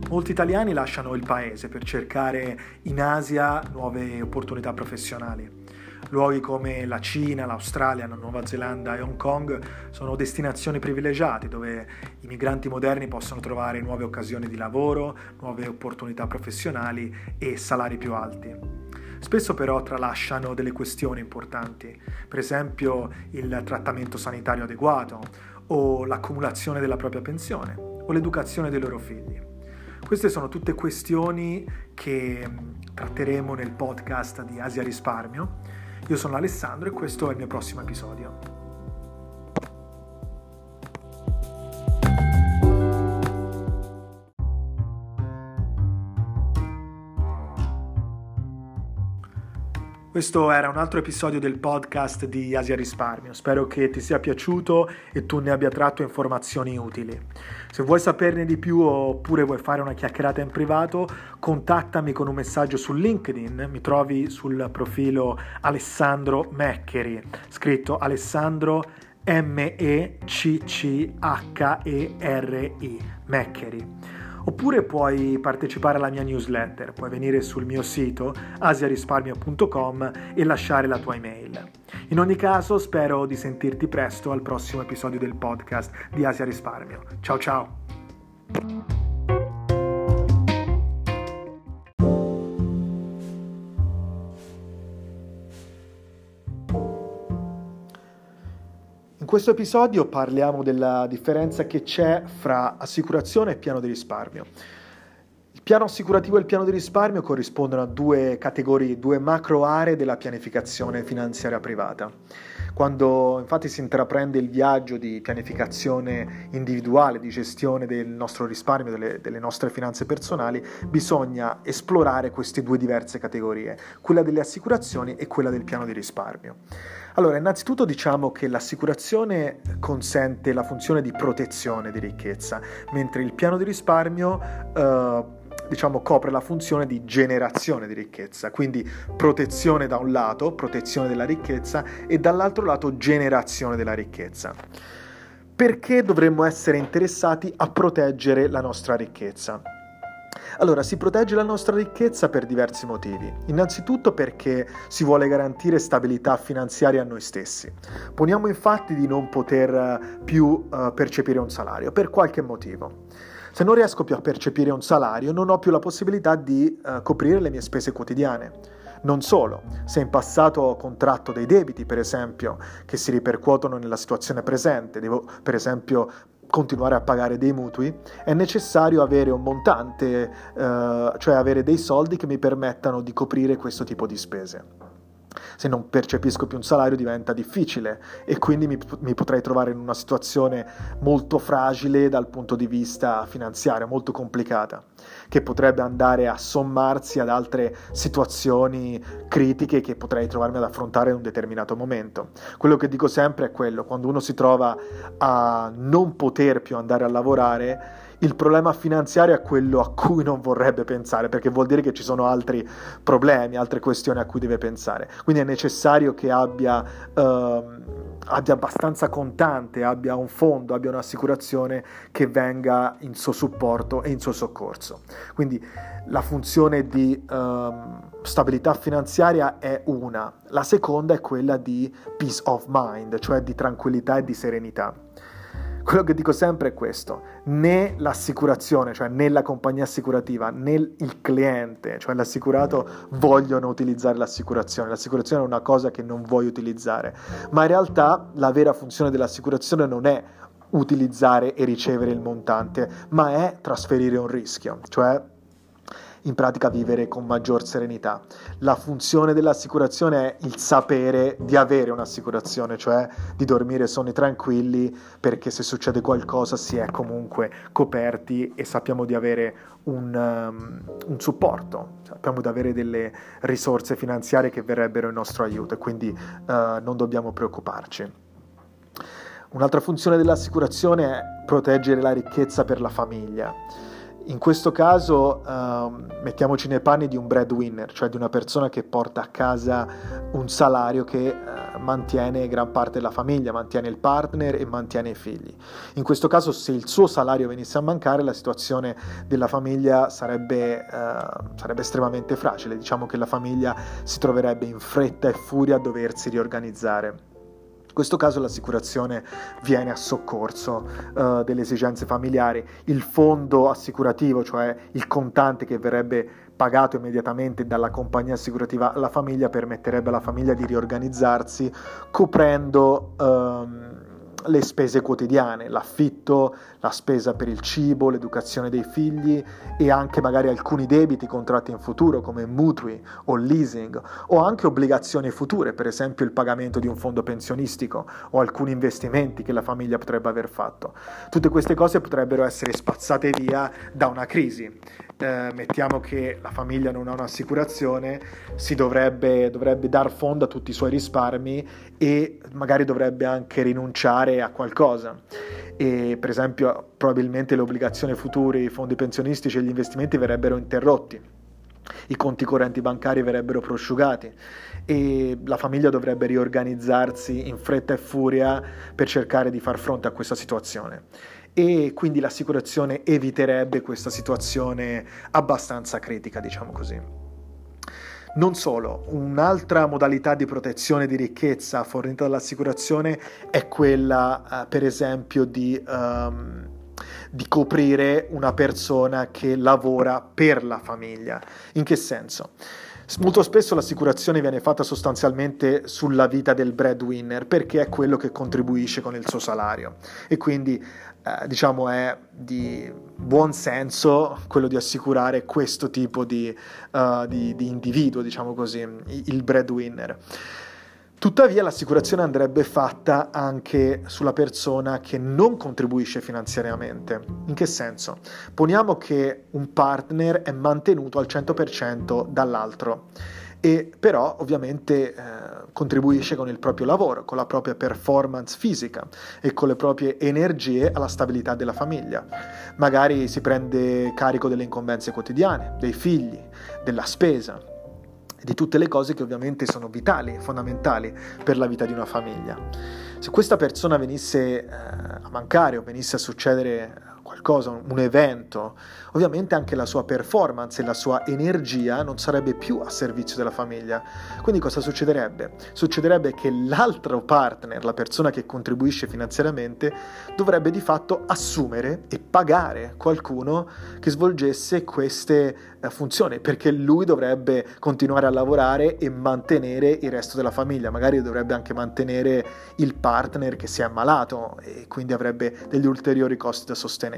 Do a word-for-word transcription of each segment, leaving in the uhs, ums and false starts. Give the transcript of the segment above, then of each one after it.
Molti italiani lasciano il paese per cercare in Asia nuove opportunità professionali. Luoghi come la Cina, l'Australia, la Nuova Zelanda e Hong Kong sono destinazioni privilegiate dove i migranti moderni possono trovare nuove occasioni di lavoro, nuove opportunità professionali e salari più alti. Spesso però tralasciano delle questioni importanti, per esempio il trattamento sanitario adeguato o l'accumulazione della propria pensione o l'educazione dei loro figli. Queste sono tutte questioni che tratteremo nel podcast di Asia Risparmio. Io sono Alessandro e questo è il mio prossimo episodio. Questo era un altro episodio del podcast di Asia Risparmio. Spero che ti sia piaciuto e tu ne abbia tratto informazioni utili. Se vuoi saperne di più oppure vuoi fare una chiacchierata in privato, contattami con un messaggio su LinkedIn. Mi trovi sul profilo Alessandro Meccheri, scritto Alessandro M E C C H E R I, Meccheri. Oppure puoi partecipare alla mia newsletter, puoi venire sul mio sito asiarisparmio punto com e lasciare la tua email. In ogni caso spero di sentirti presto al prossimo episodio del podcast di Asia Risparmio. Ciao ciao! In questo episodio parliamo della differenza che c'è fra assicurazione e piano di risparmio. Il piano assicurativo e il piano di risparmio corrispondono a due categorie, due macro aree della pianificazione finanziaria privata. Quando infatti si intraprende il viaggio di pianificazione individuale, di gestione del nostro risparmio, delle, delle nostre finanze personali, bisogna esplorare queste due diverse categorie, quella delle assicurazioni e quella del piano di risparmio. Allora, innanzitutto diciamo che l'assicurazione consente la funzione di protezione di ricchezza, mentre il piano di risparmio eh, diciamo copre la funzione di generazione di ricchezza, quindi protezione da un lato, protezione della ricchezza, e dall'altro lato generazione della ricchezza. Perché dovremmo essere interessati a proteggere la nostra ricchezza? Allora, si protegge la nostra ricchezza per diversi motivi. Innanzitutto perché si vuole garantire stabilità finanziaria a noi stessi. Poniamo infatti di non poter più uh, percepire un salario, per qualche motivo. Se non riesco più a percepire un salario, non ho più la possibilità di uh, coprire le mie spese quotidiane. Non solo, se in passato ho contratto dei debiti, per esempio, che si ripercuotono nella situazione presente, devo per esempio continuare a pagare dei mutui, è necessario avere un montante, eh, cioè avere dei soldi che mi permettano di coprire questo tipo di spese. Se non percepisco più un salario diventa difficile e quindi mi, mi potrei trovare in una situazione molto fragile dal punto di vista finanziario, molto complicata, che potrebbe andare a sommarsi ad altre situazioni critiche che potrei trovarmi ad affrontare in un determinato momento. Quello che dico sempre è quello: quando uno si trova a non poter più andare a lavorare, il problema finanziario è quello a cui non vorrebbe pensare, perché vuol dire che ci sono altri problemi, altre questioni a cui deve pensare. Quindi è necessario che abbia, ehm, abbia abbastanza contante, abbia un fondo, abbia un'assicurazione che venga in suo supporto e in suo soccorso. Quindi la funzione di ehm, stabilità finanziaria è una. La seconda è quella di peace of mind, cioè di tranquillità e di serenità. Quello che dico sempre è questo: né l'assicurazione, cioè né la compagnia assicurativa, né il cliente, cioè l'assicurato, vogliono utilizzare l'assicurazione. L'assicurazione è una cosa che non vuoi utilizzare, ma in realtà la vera funzione dell'assicurazione non è utilizzare e ricevere il montante, ma è trasferire un rischio, cioè in pratica vivere con maggior serenità. La funzione dell'assicurazione è il sapere di avere un'assicurazione, cioè di dormire sonni tranquilli, perché se succede qualcosa si è comunque coperti e sappiamo di avere un, um, un supporto, sappiamo di avere delle risorse finanziarie che verrebbero in nostro aiuto e quindi uh, non dobbiamo preoccuparci. Un'altra funzione dell'assicurazione è proteggere la ricchezza per la famiglia. In questo caso uh, mettiamoci nei panni di un breadwinner, cioè di una persona che porta a casa un salario che uh, mantiene gran parte della famiglia, mantiene il partner e mantiene i figli. In questo caso, se il suo salario venisse a mancare, la situazione della famiglia sarebbe, eh, sarebbe estremamente fragile. Diciamo che la famiglia si troverebbe in fretta e furia a doversi riorganizzare. In questo caso l'assicurazione viene a soccorso uh, delle esigenze familiari. Il fondo assicurativo, cioè il contante che verrebbe pagato immediatamente dalla compagnia assicurativa alla famiglia, permetterebbe alla famiglia di riorganizzarsi coprendo um, le spese quotidiane, l'affitto, la spesa per il cibo, l'educazione dei figli e anche magari alcuni debiti contratti in futuro come mutui o leasing o anche obbligazioni future, per esempio il pagamento di un fondo pensionistico o alcuni investimenti che la famiglia potrebbe aver fatto. Tutte queste cose potrebbero essere spazzate via da una crisi. Eh, mettiamo che la famiglia non ha un'assicurazione, si dovrebbe, dovrebbe dar fondo a tutti i suoi risparmi e magari dovrebbe anche rinunciare a qualcosa. E per esempio probabilmente le obbligazioni future, i fondi pensionistici e gli investimenti verrebbero interrotti, i conti correnti bancari verrebbero prosciugati e la famiglia dovrebbe riorganizzarsi in fretta e furia per cercare di far fronte a questa situazione. E quindi l'assicurazione eviterebbe questa situazione abbastanza critica, diciamo così. Non solo, un'altra modalità di protezione di ricchezza fornita dall'assicurazione è quella, eh, per esempio, di, um, di coprire una persona che lavora per la famiglia. In che senso? Molto spesso l'assicurazione viene fatta sostanzialmente sulla vita del breadwinner perché è quello che contribuisce con il suo salario e quindi eh, diciamo è di buon senso quello di assicurare questo tipo di, uh, di, di individuo, diciamo così, il breadwinner. Tuttavia l'assicurazione andrebbe fatta anche sulla persona che non contribuisce finanziariamente. In che senso? Poniamo che un partner è mantenuto al cento per cento dall'altro e però ovviamente eh, contribuisce con il proprio lavoro, con la propria performance fisica e con le proprie energie alla stabilità della famiglia. Magari si prende carico delle incombenze quotidiane, dei figli, della spesa, di tutte le cose che ovviamente sono vitali, fondamentali per la vita di una famiglia. Se questa persona venisse eh, a mancare o venisse a succedere qualcosa, un evento, ovviamente anche la sua performance e la sua energia non sarebbe più a servizio della famiglia. Quindi cosa succederebbe? Succederebbe che l'altro partner, la persona che contribuisce finanziariamente, dovrebbe di fatto assumere e pagare qualcuno che svolgesse queste eh, funzioni, perché lui dovrebbe continuare a lavorare e mantenere il resto della famiglia. Magari dovrebbe anche mantenere il partner che si è ammalato e quindi avrebbe degli ulteriori costi da sostenere.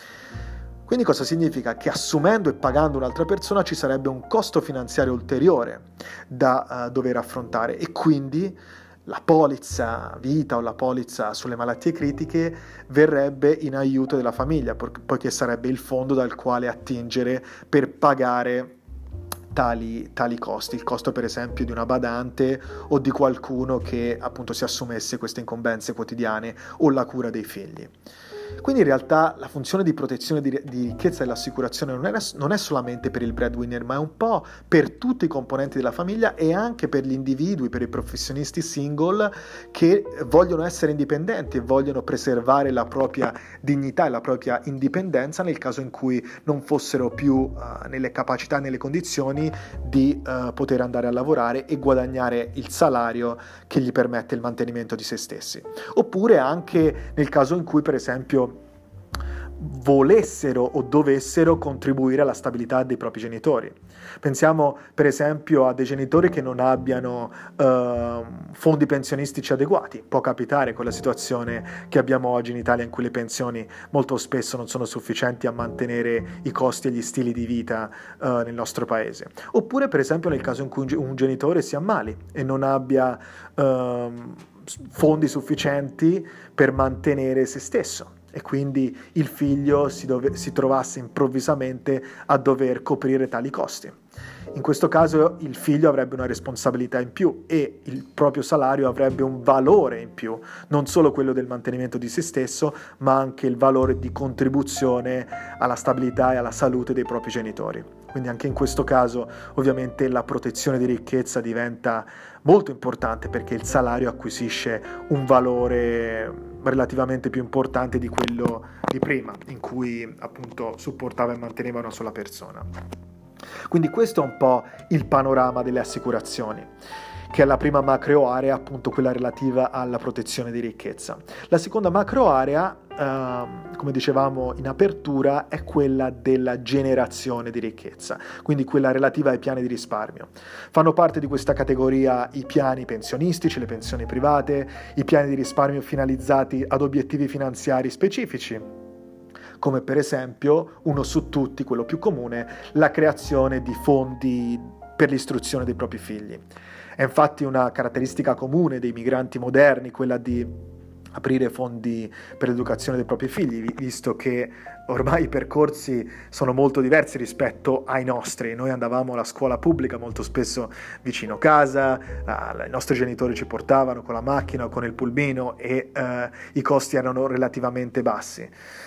Quindi cosa significa? Che assumendo e pagando un'altra persona ci sarebbe un costo finanziario ulteriore da uh, dover affrontare e quindi la polizza vita o la polizza sulle malattie critiche verrebbe in aiuto della famiglia, poiché sarebbe il fondo dal quale attingere per pagare Tali, tali costi, il costo per esempio di una badante o di qualcuno che appunto si assumesse queste incombenze quotidiane o la cura dei figli. Quindi in realtà la funzione di protezione di, di ricchezza dell'assicurazione non è, non è solamente per il breadwinner, ma è un po' per tutti i componenti della famiglia e anche per gli individui, per i professionisti single che vogliono essere indipendenti e vogliono preservare la propria dignità e la propria indipendenza nel caso in cui non fossero più uh, nelle capacità, nelle condizioni di uh, poter andare a lavorare e guadagnare il salario che gli permette il mantenimento di se stessi. Oppure anche nel caso in cui per esempio volessero o dovessero contribuire alla stabilità dei propri genitori. Pensiamo per esempio a dei genitori che non abbiano uh, fondi pensionistici adeguati. Può capitare con la situazione che abbiamo oggi in Italia, in cui le pensioni molto spesso non sono sufficienti a mantenere i costi e gli stili di vita uh, nel nostro paese. Oppure per esempio nel caso in cui un genitore si ammali e non abbia uh, fondi sufficienti per mantenere se stesso e quindi il figlio si, dove, si trovasse improvvisamente a dover coprire tali costi. In questo caso il figlio avrebbe una responsabilità in più e il proprio salario avrebbe un valore in più, non solo quello del mantenimento di se stesso, ma anche il valore di contribuzione alla stabilità e alla salute dei propri genitori. Quindi anche in questo caso ovviamente la protezione di ricchezza diventa molto importante, perché il salario acquisisce un valore relativamente più importante di quello di prima, in cui appunto supportava e manteneva una sola persona. Quindi questo è un po' il panorama delle assicurazioni, che è la prima macro area, appunto quella relativa alla protezione di ricchezza. La seconda macro area, eh, come dicevamo in apertura, è quella della generazione di ricchezza, quindi quella relativa ai piani di risparmio. Fanno parte di questa categoria i piani pensionistici, le pensioni private, i piani di risparmio finalizzati ad obiettivi finanziari specifici, come per esempio, uno su tutti, quello più comune, la creazione di fondi per l'istruzione dei propri figli. È infatti una caratteristica comune dei migranti moderni quella di aprire fondi per l'educazione dei propri figli, visto che ormai i percorsi sono molto diversi rispetto ai nostri. Noi andavamo alla scuola pubblica molto spesso vicino casa, eh, i nostri genitori ci portavano con la macchina o con il pulmino e eh, i costi erano relativamente bassi.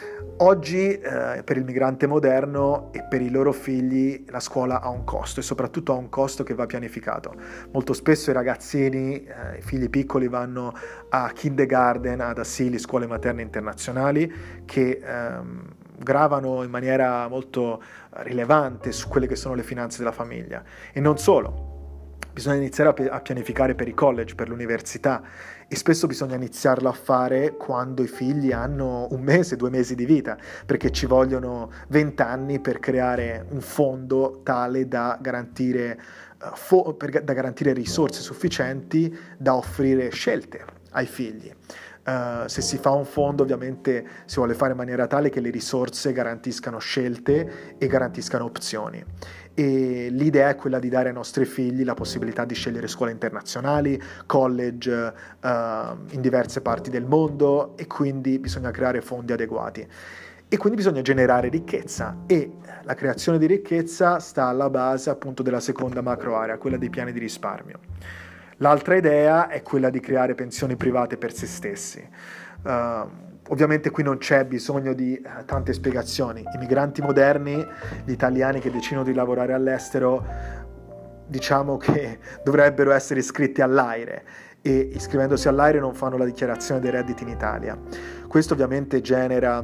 Oggi eh, per il migrante moderno e per i loro figli la scuola ha un costo, e soprattutto ha un costo che va pianificato. Molto spesso i ragazzini, eh, i figli piccoli, vanno a kindergarten, ad asili, scuole materne internazionali che ehm, gravano in maniera molto rilevante su quelle che sono le finanze della famiglia. E non solo. Bisogna iniziare a pianificare per i college, per l'università, e spesso bisogna iniziarlo a fare quando i figli hanno un mese, due mesi di vita, perché ci vogliono vent'anni per creare un fondo tale da garantire, uh, fo- per, da garantire risorse sufficienti da offrire scelte ai figli. Uh, se si fa un fondo, ovviamente si vuole fare in maniera tale che le risorse garantiscano scelte e garantiscano opzioni. E l'idea è quella di dare ai nostri figli la possibilità di scegliere scuole internazionali, college uh, in diverse parti del mondo, e quindi bisogna creare fondi adeguati. E quindi bisogna generare ricchezza, e la creazione di ricchezza sta alla base appunto della seconda macro area, quella dei piani di risparmio. L'altra idea è quella di creare pensioni private per se stessi. Uh, Ovviamente qui non c'è bisogno di uh, tante spiegazioni. I migranti moderni, gli italiani che decidono di lavorare all'estero, diciamo che dovrebbero essere iscritti all'AIRE, e iscrivendosi all'AIRE non fanno la dichiarazione dei redditi in Italia. Questo ovviamente genera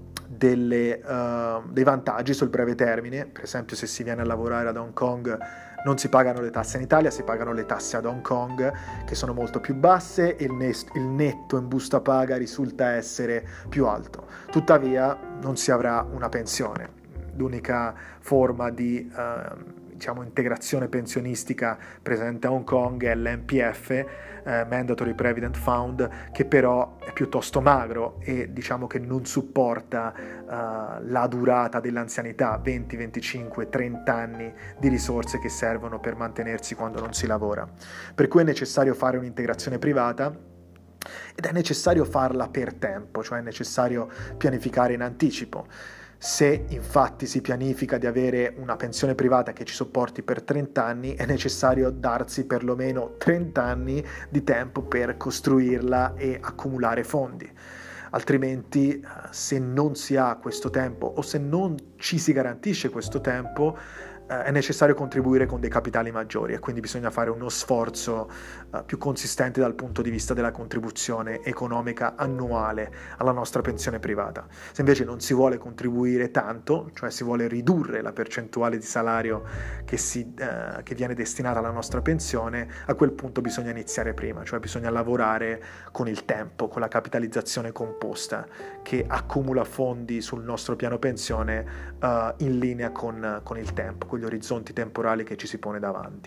delle, uh, dei vantaggi sul breve termine. Per esempio, se si viene a lavorare ad Hong Kong non si pagano le tasse in Italia, si pagano le tasse ad Hong Kong, che sono molto più basse, e il, nest- il netto in busta paga risulta essere più alto. Tuttavia non si avrà una pensione. L'unica forma di uh, diciamo, integrazione pensionistica presente a Hong Kong è l'M P F, eh, Mandatory Provident Fund, che però è piuttosto magro e diciamo che non supporta uh, la durata dell'anzianità, venti, venticinque, trenta anni di risorse che servono per mantenersi quando non si lavora. Per cui è necessario fare un'integrazione privata, ed è necessario farla per tempo, cioè è necessario pianificare in anticipo. Se infatti si pianifica di avere una pensione privata che ci sopporti per trenta anni, è necessario darsi perlomeno trenta anni di tempo per costruirla e accumulare fondi. Altrimenti, se non si ha questo tempo, o se non ci si garantisce questo tempo, eh, è necessario contribuire con dei capitali maggiori, e quindi bisogna fare uno sforzo eh, più consistente dal punto di vista della contribuzione economica annuale alla nostra pensione privata. Se invece non si vuole contribuire tanto, cioè si vuole ridurre la percentuale di salario che, si, eh, che viene destinata alla nostra pensione, a quel punto bisogna iniziare prima, cioè bisogna lavorare con il tempo, con la capitalizzazione composta, che accumula fondi sul nostro piano pensione eh, in linea con, con il tempo, con gli orizzonti temporali che ci si pone davanti.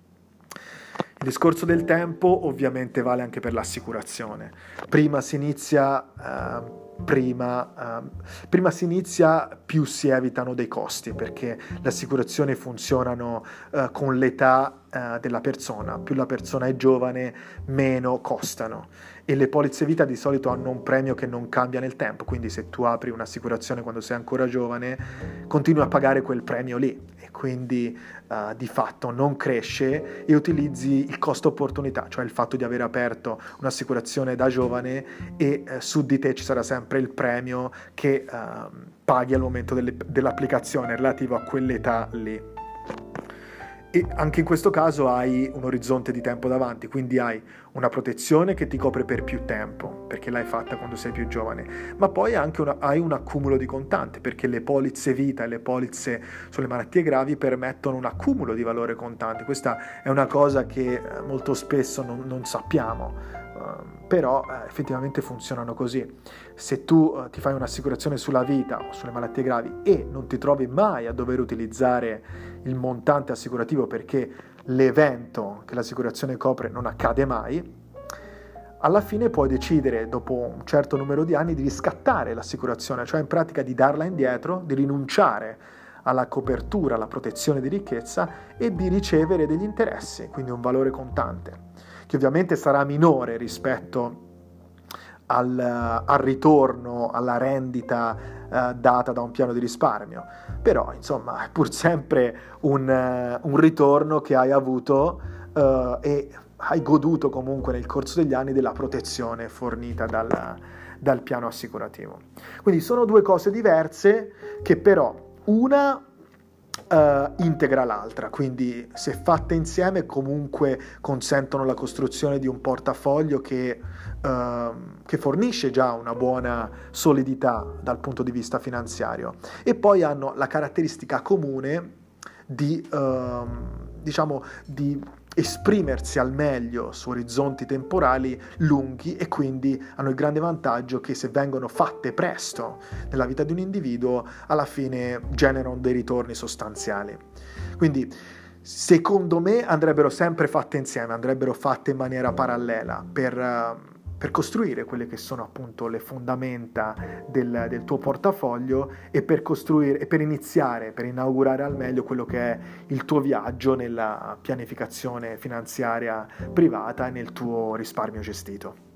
Il discorso del tempo ovviamente vale anche per l'assicurazione. Prima si inizia, uh, prima, uh, prima si inizia, più si evitano dei costi, perché le assicurazioni funzionano uh, con l'età uh, della persona. Più la persona è giovane, meno costano. E le polizze vita di solito hanno un premio che non cambia nel tempo, quindi se tu apri un'assicurazione quando sei ancora giovane, continui a pagare quel premio lì. E quindi uh, di fatto non cresce, e utilizzi il costo opportunità, cioè il fatto di aver aperto un'assicurazione da giovane e uh, su di te ci sarà sempre il premio che uh, paghi al momento delle, dell'applicazione relativo a quell'età lì. E anche in questo caso hai un orizzonte di tempo davanti, quindi hai una protezione che ti copre per più tempo, perché l'hai fatta quando sei più giovane, ma poi anche una, hai un accumulo di contante, perché le polizze vita e le polizze sulle malattie gravi permettono un accumulo di valore contante. Questa è una cosa che molto spesso non, non sappiamo. Uh, però uh, effettivamente funzionano così. Se tu uh, ti fai un'assicurazione sulla vita o sulle malattie gravi e non ti trovi mai a dover utilizzare il montante assicurativo perché l'evento che l'assicurazione copre non accade mai, alla fine puoi decidere dopo un certo numero di anni di riscattare l'assicurazione, cioè in pratica di darla indietro, di rinunciare alla copertura, alla protezione di ricchezza e di ricevere degli interessi, quindi un valore contante, che ovviamente sarà minore rispetto al, al ritorno, alla rendita eh, data da un piano di risparmio, però insomma è pur sempre un, uh, un ritorno che hai avuto uh, e hai goduto comunque nel corso degli anni della protezione fornita dal, dal piano assicurativo. Quindi sono due cose diverse che però una Uh, integra l'altra, quindi se fatte insieme comunque consentono la costruzione di un portafoglio che, uh, che fornisce già una buona solidità dal punto di vista finanziario, e poi hanno la caratteristica comune di, uh, diciamo, di esprimersi al meglio su orizzonti temporali lunghi, e quindi hanno il grande vantaggio che se vengono fatte presto nella vita di un individuo alla fine generano dei ritorni sostanziali. Quindi secondo me andrebbero sempre fatte insieme, andrebbero fatte in maniera parallela per, per costruire quelle che sono appunto le fondamenta del, del tuo portafoglio e per costruire e per iniziare, per inaugurare al meglio quello che è il tuo viaggio nella pianificazione finanziaria privata e nel tuo risparmio gestito.